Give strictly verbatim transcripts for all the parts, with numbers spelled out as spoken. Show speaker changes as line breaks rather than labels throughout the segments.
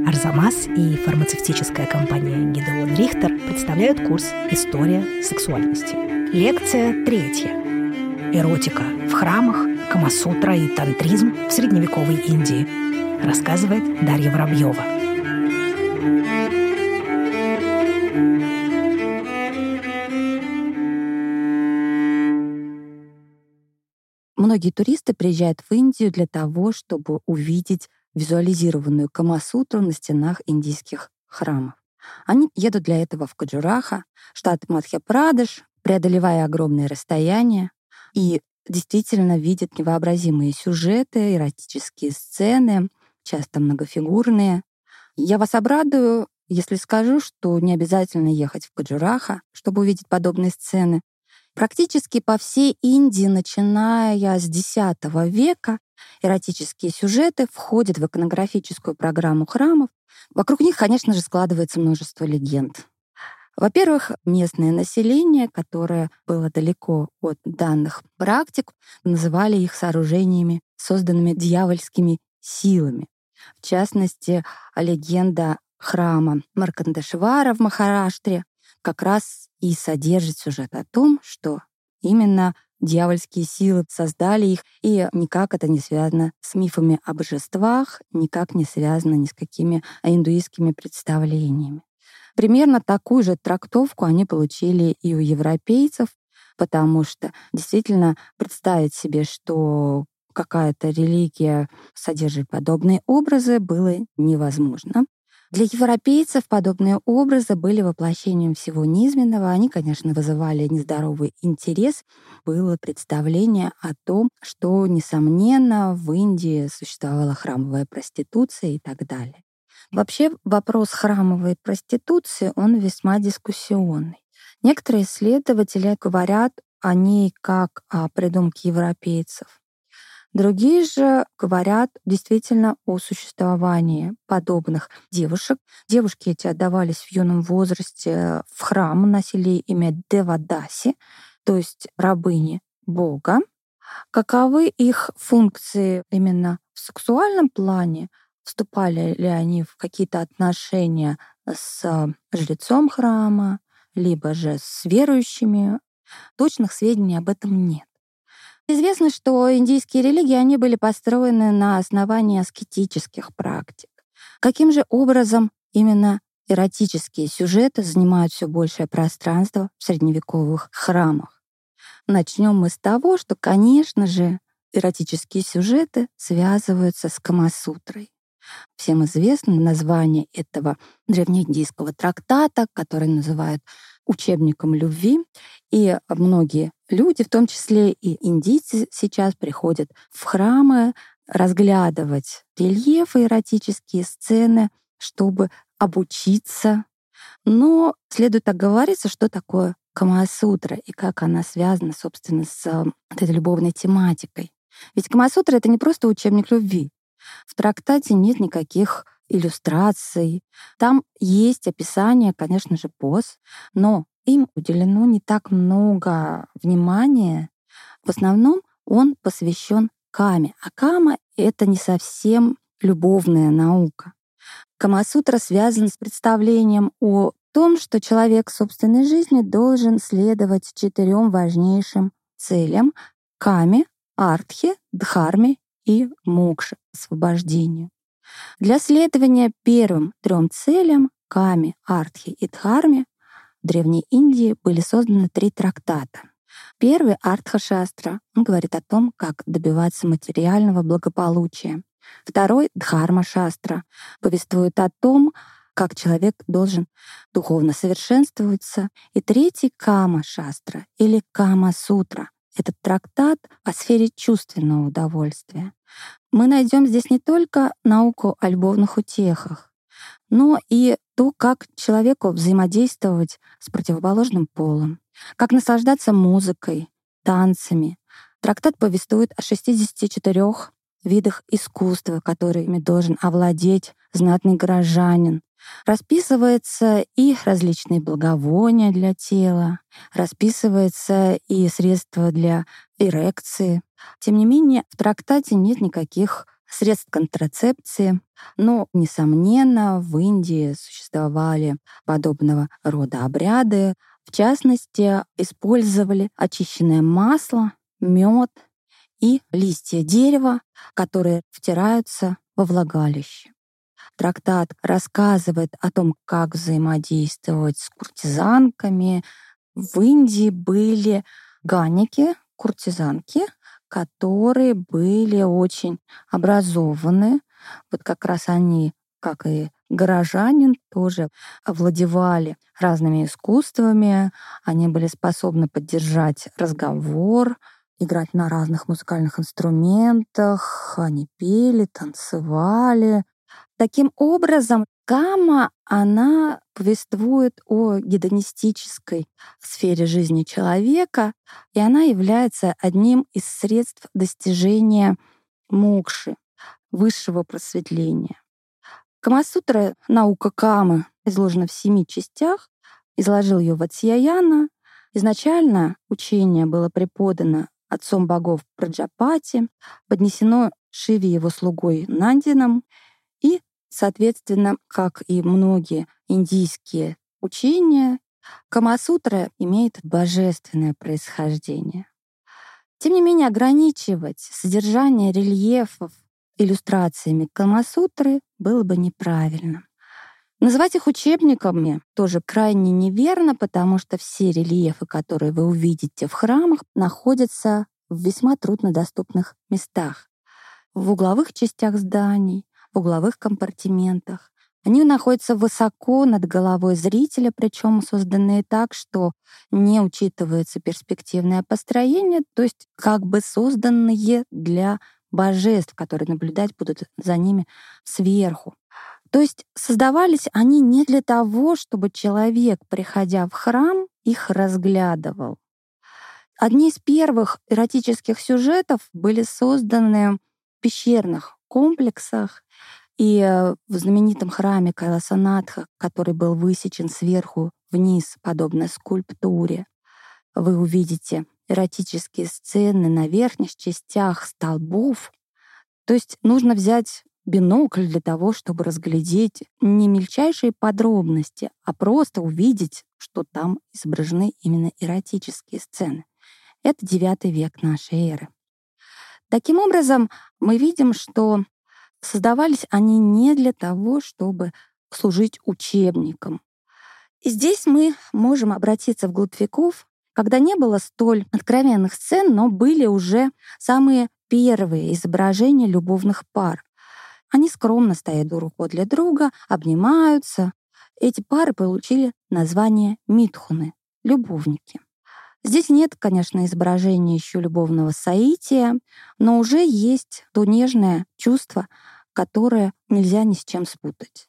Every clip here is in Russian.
Арзамас и фармацевтическая компания Гидеон Рихтер представляют курс «История сексуальности». Лекция третья. Эротика в храмах, камасутра и тантризм в средневековой Индии. Рассказывает Дарья Воробьева.
Многие туристы приезжают в Индию для того, чтобы увидеть визуализированную камасутру на стенах индийских храмов. Они едут для этого в Каджураха, штат Мадхья-Прадеш, преодолевая огромные расстояния, и действительно видят невообразимые сюжеты, эротические сцены, часто многофигурные. Я вас обрадую, если скажу, что не обязательно ехать в Каджураха, чтобы увидеть подобные сцены. Практически по всей Индии, начиная с десятого века, эротические сюжеты входят в иконографическую программу храмов. Вокруг них, конечно же, складывается множество легенд. Во-первых, местное население, которое было далеко от данных практик, называли их сооружениями, созданными дьявольскими силами. В частности, легенда храма Маркандешвара в Махараштре как раз и содержит сюжет о том, что именно дьявольские силы создали их, и никак это не связано с мифами о божествах, никак не связано ни с какими индуистскими представлениями. Примерно такую же трактовку они получили и у европейцев, потому что действительно представить себе, что какая-то религия содержит подобные образы, было невозможно. Для европейцев подобные образы были воплощением всего низменного. Они, конечно, вызывали нездоровый интерес. Было представление о том, что, несомненно, в Индии существовала храмовая проституция и так далее. Вообще вопрос храмовой проституции, он весьма дискуссионный. Некоторые исследователи говорят о ней как о придумке европейцев. Другие же говорят действительно о существовании подобных девушек. Девушки эти отдавались в юном возрасте в храм, носили имя Девадаси, то есть рабыни Бога. Каковы их функции именно в сексуальном плане? Вступали ли они в какие-то отношения с жрецом храма, либо же с верующими? Точных сведений об этом нет. Известно, что индийские религии, они были построены на основании аскетических практик. Каким же образом именно эротические сюжеты занимают все большее пространство в средневековых храмах? Начнем мы с того, что, конечно же, эротические сюжеты связываются с Камасутрой. Всем известно название этого древнеиндийского трактата, который называют учебником любви. И многие люди, в том числе и индийцы, сейчас приходят в храмы разглядывать рельефы, эротические сцены, чтобы обучиться. Но следует оговориться, что такое Камасутра и как она связана, собственно, с вот этой любовной тематикой. Ведь Камасутра — это не просто учебник любви. В трактате нет никаких иллюстраций. Там есть описание, конечно же, поз, но им уделено не так много внимания. В основном он посвящен каме. А кама — это не совсем любовная наука. Камасутра связан с представлением о том, что человек в собственной жизни должен следовать четырем важнейшим целям — каме, артхе, дхарме и мокше, освобождению. Для следования первым трем целям — каме, артхе и дхарме — в Древней Индии были созданы три трактата. Первый — Артха-шастра. Он говорит о том, как добиваться материального благополучия. Второй — Дхарма-шастра. Повествует о том, как человек должен духовно совершенствоваться. И третий — Кама-шастра или Кама-сутра. Этот трактат о сфере чувственного удовольствия. Мы найдем здесь не только науку о любовных утехах, но и то, как человеку взаимодействовать с противоположным полом, как наслаждаться музыкой, танцами. Трактат повествует о шестидесяти четырёх видах искусства, которыми должен овладеть знатный горожанин. Расписываются и различные благовония для тела, расписываются и средства для эрекции. Тем не менее, в трактате нет никаких средств контрацепции. Но, несомненно, в Индии существовали подобного рода обряды. В частности, использовали очищенное масло, мед и листья дерева, которые втираются во влагалище. Трактат рассказывает о том, как взаимодействовать с куртизанками. В Индии были ганики, куртизанки, которые были очень образованы. Вот как раз они, как и горожанин, тоже овладевали разными искусствами. Они были способны поддержать разговор, играть на разных музыкальных инструментах. Они пели, танцевали. Таким образом, кама, она повествует о гедонистической сфере жизни человека, и она является одним из средств достижения мокши, высшего просветления. Камасутра, наука камы, изложена в семи частях, изложил ее Ватсьяяна. Изначально учение было преподано отцом богов Праджапати, поднесено Шиве его слугой Нандином, и, соответственно, как и многие индийские учения, Камасутра имеет божественное происхождение. Тем не менее, ограничивать содержание рельефов иллюстрациями Камасутры было бы неправильно. Называть их учебниками тоже крайне неверно, потому что все рельефы, которые вы увидите в храмах, находятся в весьма труднодоступных местах. В угловых частях зданий, в угловых компартиментах. Они находятся высоко над головой зрителя, причем созданные так, что не учитывается перспективное построение, то есть как бы созданные для божеств, которые наблюдать будут за ними сверху. То есть создавались они не для того, чтобы человек, приходя в храм, их разглядывал. Одни из первых эротических сюжетов были созданы в пещерных комплексах, и в знаменитом храме Кайласанатха, который был высечен сверху вниз, подобно скульптуре, вы увидите эротические сцены на верхних частях столбов. То есть нужно взять бинокль для того, чтобы разглядеть не мельчайшие подробности, а просто увидеть, что там изображены именно эротические сцены. Это девятый век нашей эры. Таким образом, мы видим, что создавались они не для того, чтобы служить учебником. И здесь мы можем обратиться вглубь веков, когда не было столь откровенных сцен, но были уже самые первые изображения любовных пар. Они скромно стоят друг подле друга, обнимаются. Эти пары получили название митхуны — любовники. Здесь нет, конечно, изображения еще любовного соития, но уже есть то нежное чувство, которое нельзя ни с чем спутать.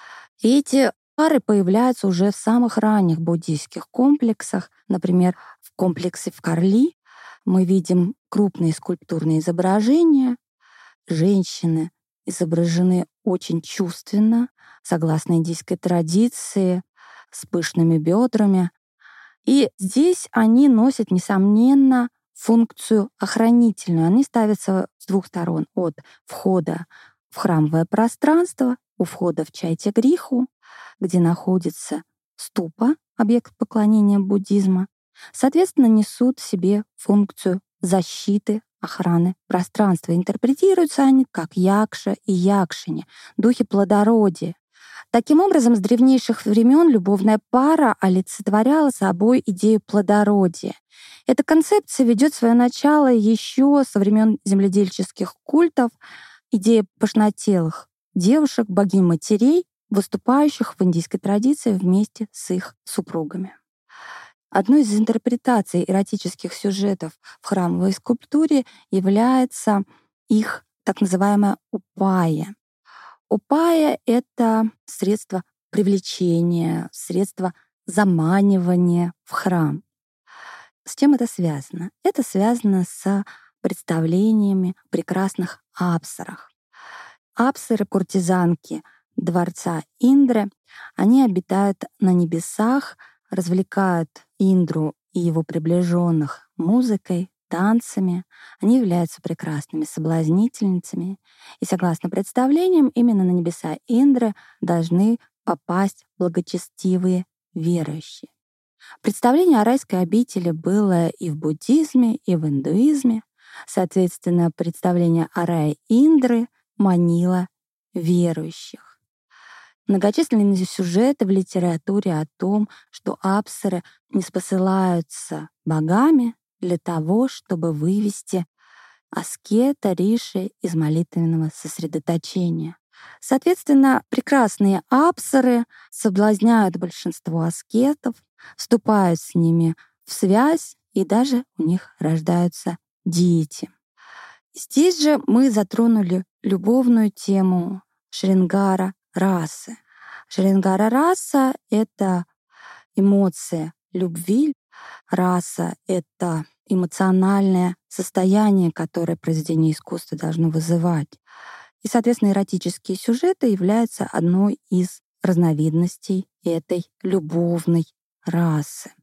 И эти пары появляются уже в самых ранних буддийских комплексах. Например, в комплексе в Карли мы видим крупные скульптурные изображения. Женщины изображены очень чувственно, согласно индийской традиции, с пышными бедрами. И здесь они носят, несомненно, функцию охранительную. Они ставятся с двух сторон: от входа в храмовое пространство, у входа в Чайтя-гриху, где находится ступа, объект поклонения буддизма. Соответственно, несут в себе функцию защиты, охраны пространства. Интерпретируются они как якша и якшини, духи плодородия. Таким образом, с древнейших времен любовная пара олицетворяла собой идею плодородия. Эта концепция ведет свое начало еще со времен земледельческих культов, идея пышнотелых девушек, богинь-матерей, выступающих в индийской традиции вместе с их супругами. Одной из интерпретаций эротических сюжетов в храмовой скульптуре является их так называемая упая. Упая — это средство привлечения, средство заманивания в храм. С чем это связано? Это связано с представлениями о прекрасных апсарах. Апсары — куртизанки дворца Индры. Они обитают на небесах, развлекают Индру и его приближенных музыкой, танцами, они являются прекрасными соблазнительницами. И согласно представлениям, именно на небеса Индры должны попасть благочестивые верующие. Представление о райской обители было и в буддизме, и в индуизме. Соответственно, представление о рае Индры манило верующих. Многочисленные сюжеты в литературе о том, что апсары ниспосылаются богами для того, чтобы вывести аскета риши из молитвенного сосредоточения. Соответственно, прекрасные апсары соблазняют большинство аскетов, вступают с ними в связь, и даже у них рождаются дети. Здесь же мы затронули любовную тему Шрингара расы. Шрингара раса — это эмоция любви, раса — это эмоциональное состояние, которое произведение искусства должно вызывать. И, соответственно, эротические сюжеты являются одной из разновидностей этой любовной расы.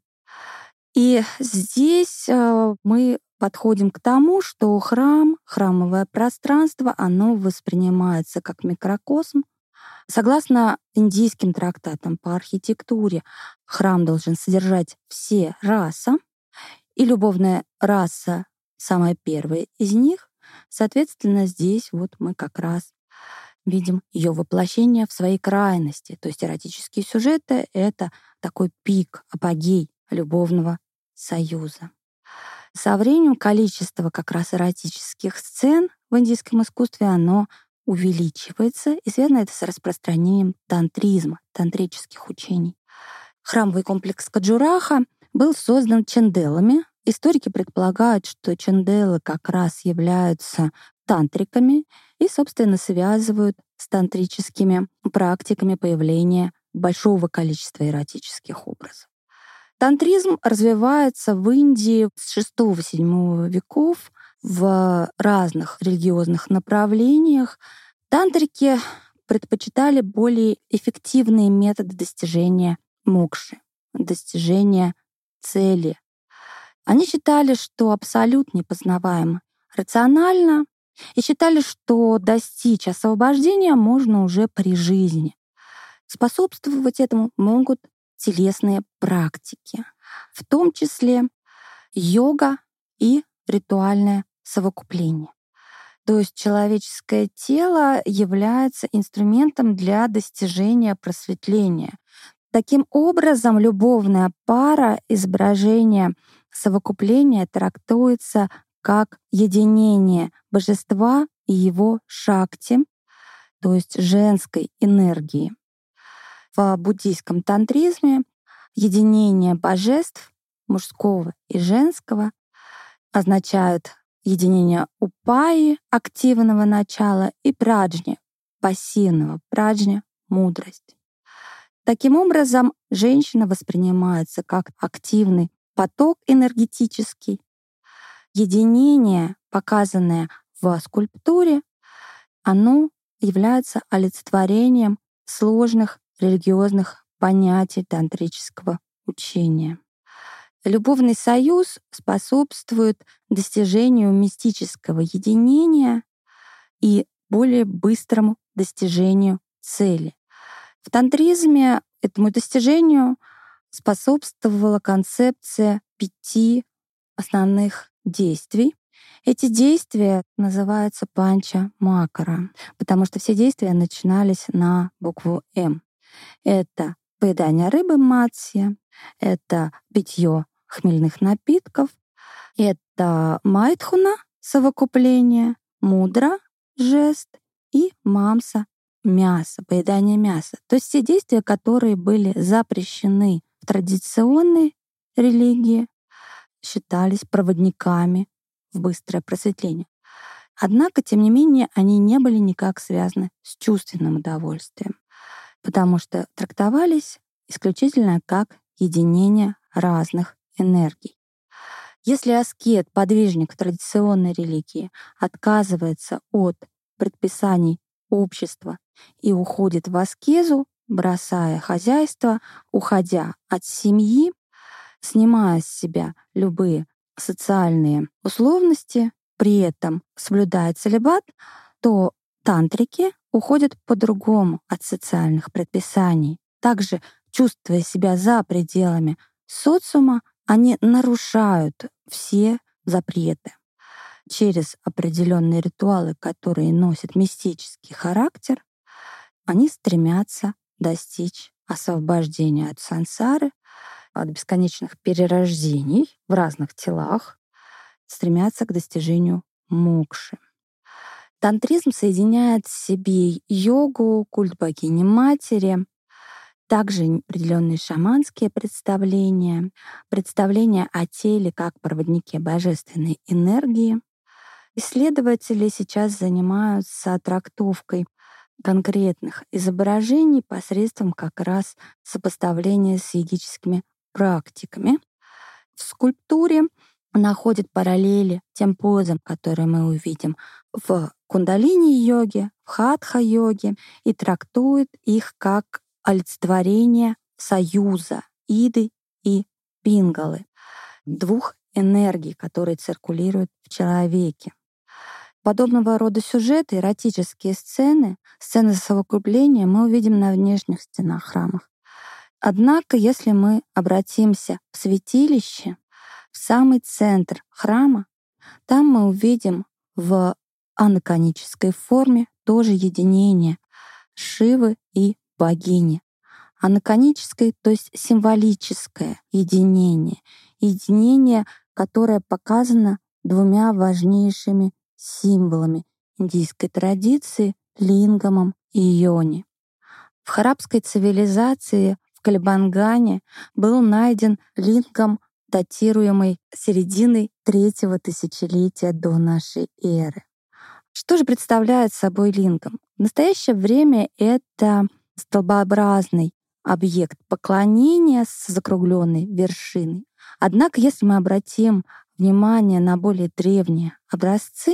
И здесь мы подходим к тому, что храм, храмовое пространство, оно воспринимается как микрокосм. Согласно индийским трактатам по архитектуре, храм должен содержать все расы, и любовная раса самая первая из них. Соответственно, здесь вот мы как раз видим ее воплощение в своей крайности. То есть эротические сюжеты — это такой пик, апогей любовного союза. Со временем количество как раз эротических сцен в индийском искусстве, оно увеличивается, и связано это с распространением тантризма, тантрических учений. Храмовый комплекс Каджураха был создан чанделами. Историки предполагают, что чанделы как раз являются тантриками и, собственно, связывают с тантрическими практиками появления большого количества эротических образов. Тантризм развивается в Индии с шестого-седьмого веков в разных религиозных направлениях. Тантрики предпочитали более эффективные методы достижения мокши, достижения цели. Они считали, что абсолют непознаваем рационально, и считали, что достичь освобождения можно уже при жизни. Способствовать этому могут телесные практики, в том числе йога и ритуальное совокупление. То есть человеческое тело является инструментом для достижения просветления. Таким образом, любовная пара изображения совокупления трактуется как единение божества и его шакти, то есть женской энергии. В буддийском тантризме единение божеств мужского и женского означает единение упаи, активного начала, и праджни, пассивного, праджни — мудрость. Таким образом, женщина воспринимается как активный поток энергетический. Единение, показанное в скульптуре, оно является олицетворением сложных религиозных понятий тантрического учения. Любовный союз способствует достижению мистического единения и более быстрому достижению цели. В тантризме этому достижению способствовала концепция пяти основных действий. Эти действия называются панча макара, потому что все действия начинались на букву «М». Это поедание рыбы матья, это питье хмельных напитков, это майтхуна — совокупление, мудра — жест и мамса — мясо, поедание мяса. То есть все действия, которые были запрещены в традиционной религии, считались проводниками в быстрое просветление. Однако, тем не менее, они не были никак связаны с чувственным удовольствием, потому что трактовались исключительно как единение разных энергий. Если аскет, подвижник в традиционной религии, отказывается от предписаний общества и уходит в аскезу, бросая хозяйство, уходя от семьи, снимая с себя любые социальные условности, при этом соблюдая целибат, то тантрики уходят по-другому от социальных предписаний. Также, чувствуя себя за пределами социума, они нарушают все запреты. Через определенные ритуалы, которые носят мистический характер, они стремятся достичь освобождения от сансары, от бесконечных перерождений в разных телах, стремятся к достижению мокши. Тантризм соединяет в себе йогу, культ богини-матери, также определенные шаманские представления, представления о теле как проводнике божественной энергии. Исследователи сейчас занимаются трактовкой конкретных изображений посредством как раз сопоставления с йогическими практиками. В скульптуре находят параллели тем позам, которые мы увидим в кундалини-йоге, в хатха-йоге, и трактует их как олицетворение союза Иды и Пингалы, двух энергий, которые циркулируют в человеке. Подобного рода сюжеты, эротические сцены, сцены совокупления мы увидим на внешних стенах храмов. Однако, если мы обратимся в святилище, в самый центр храма, там мы увидим в анаконической форме тоже единение Шивы и богини. Анаконическое, то есть символическое единение. Единение, которое показано двумя важнейшими символами индийской традиции — лингамом и йони. В харапской цивилизации в Калибангане был найден лингам, датируемый серединой третьего тысячелетия до нашей эры. Что же представляет собой лингам? В настоящее время это столбообразный объект поклонения с закругленной вершиной. Однако, если мы обратим внимание на более древние образцы,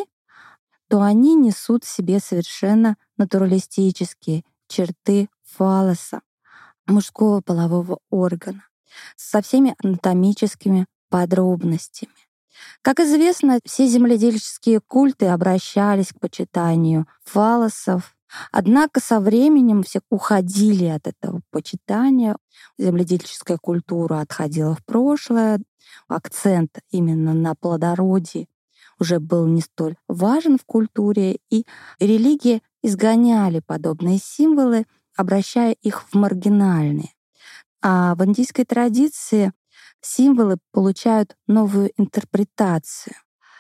то они несут в себе совершенно натуралистические черты фаллоса, мужского полового органа, со всеми анатомическими подробностями. Как известно, все земледельческие культы обращались к почитанию фаллосов, однако со временем все уходили от этого почитания. Земледельческая культура отходила в прошлое, акцент именно на плодородии уже был не столь важен в культуре, и религии изгоняли подобные символы, обращая их в маргинальные. А в индийской традиции символы получают новую интерпретацию.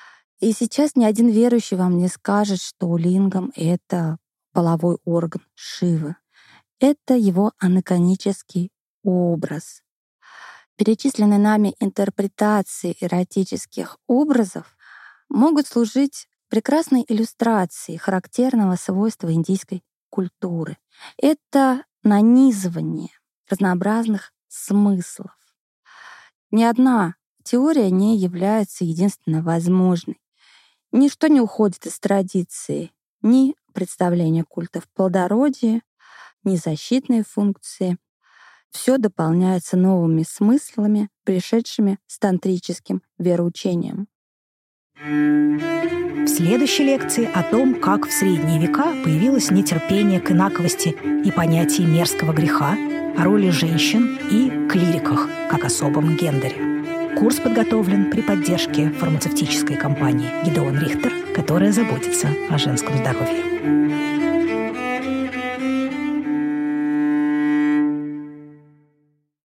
И сейчас ни один верующий вам не скажет, что лингам — это половой орган Шивы. Это его анаконический образ. Перечисленные нами интерпретации эротических образов могут служить прекрасной иллюстрацией характерного свойства индийской культуры. Это нанизывание разнообразных смыслов. Ни одна теория не является единственно возможной. Ничто не уходит из традиции, ни представление культов плодородия, ни защитные функции. Все дополняется новыми смыслами, пришедшими с тантрическим вероучением.
В следующей лекции о том, как в средние века появилось нетерпение к инаковости и понятие мерзкого греха, о роли женщин и клириках как особом гендере. Курс подготовлен при поддержке фармацевтической компании «Гидеон Рихтер», которая заботится о женском здоровье.